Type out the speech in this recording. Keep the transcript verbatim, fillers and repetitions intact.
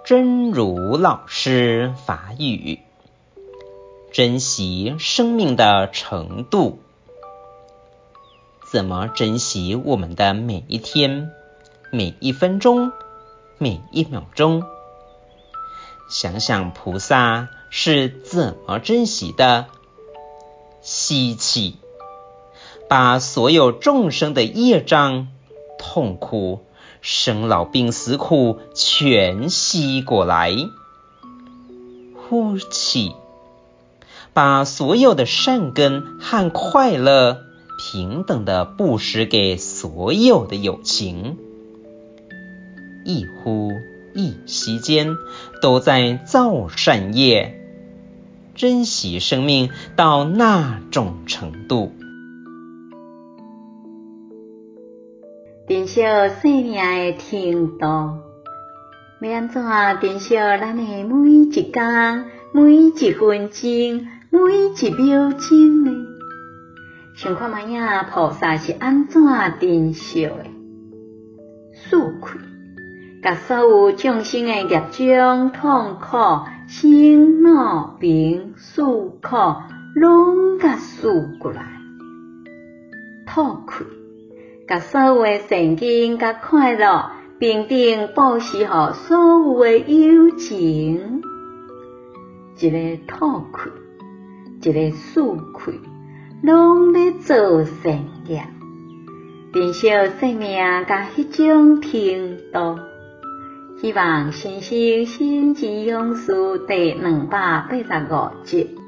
真如老师法语，珍惜生命的程度。怎么珍惜我们的每一天、每一分钟、每一秒钟？想想菩萨是怎么珍惜的。吸气，把所有众生的业障、痛苦、生老病死苦全吸过来。呼气，把所有的善根和快乐平等的布施给所有的有情。一呼一吸间都在造善业，珍惜生命到那种程度。 珍惜生命的程度，要安怎珍惜咱的每一天、每一分钟、每一秒钟呢？想看卖影菩萨是安怎珍惜的？速开，把所有众生的业障、痛苦、生老病死苦，拢甲输过来。吐开，把所有的善根甲快乐平等布施予所有的有情。一个吐开，一个速开，拢咧做善业，珍惜生命甲迄种程度。希望新生心之勇士第二百八十五集。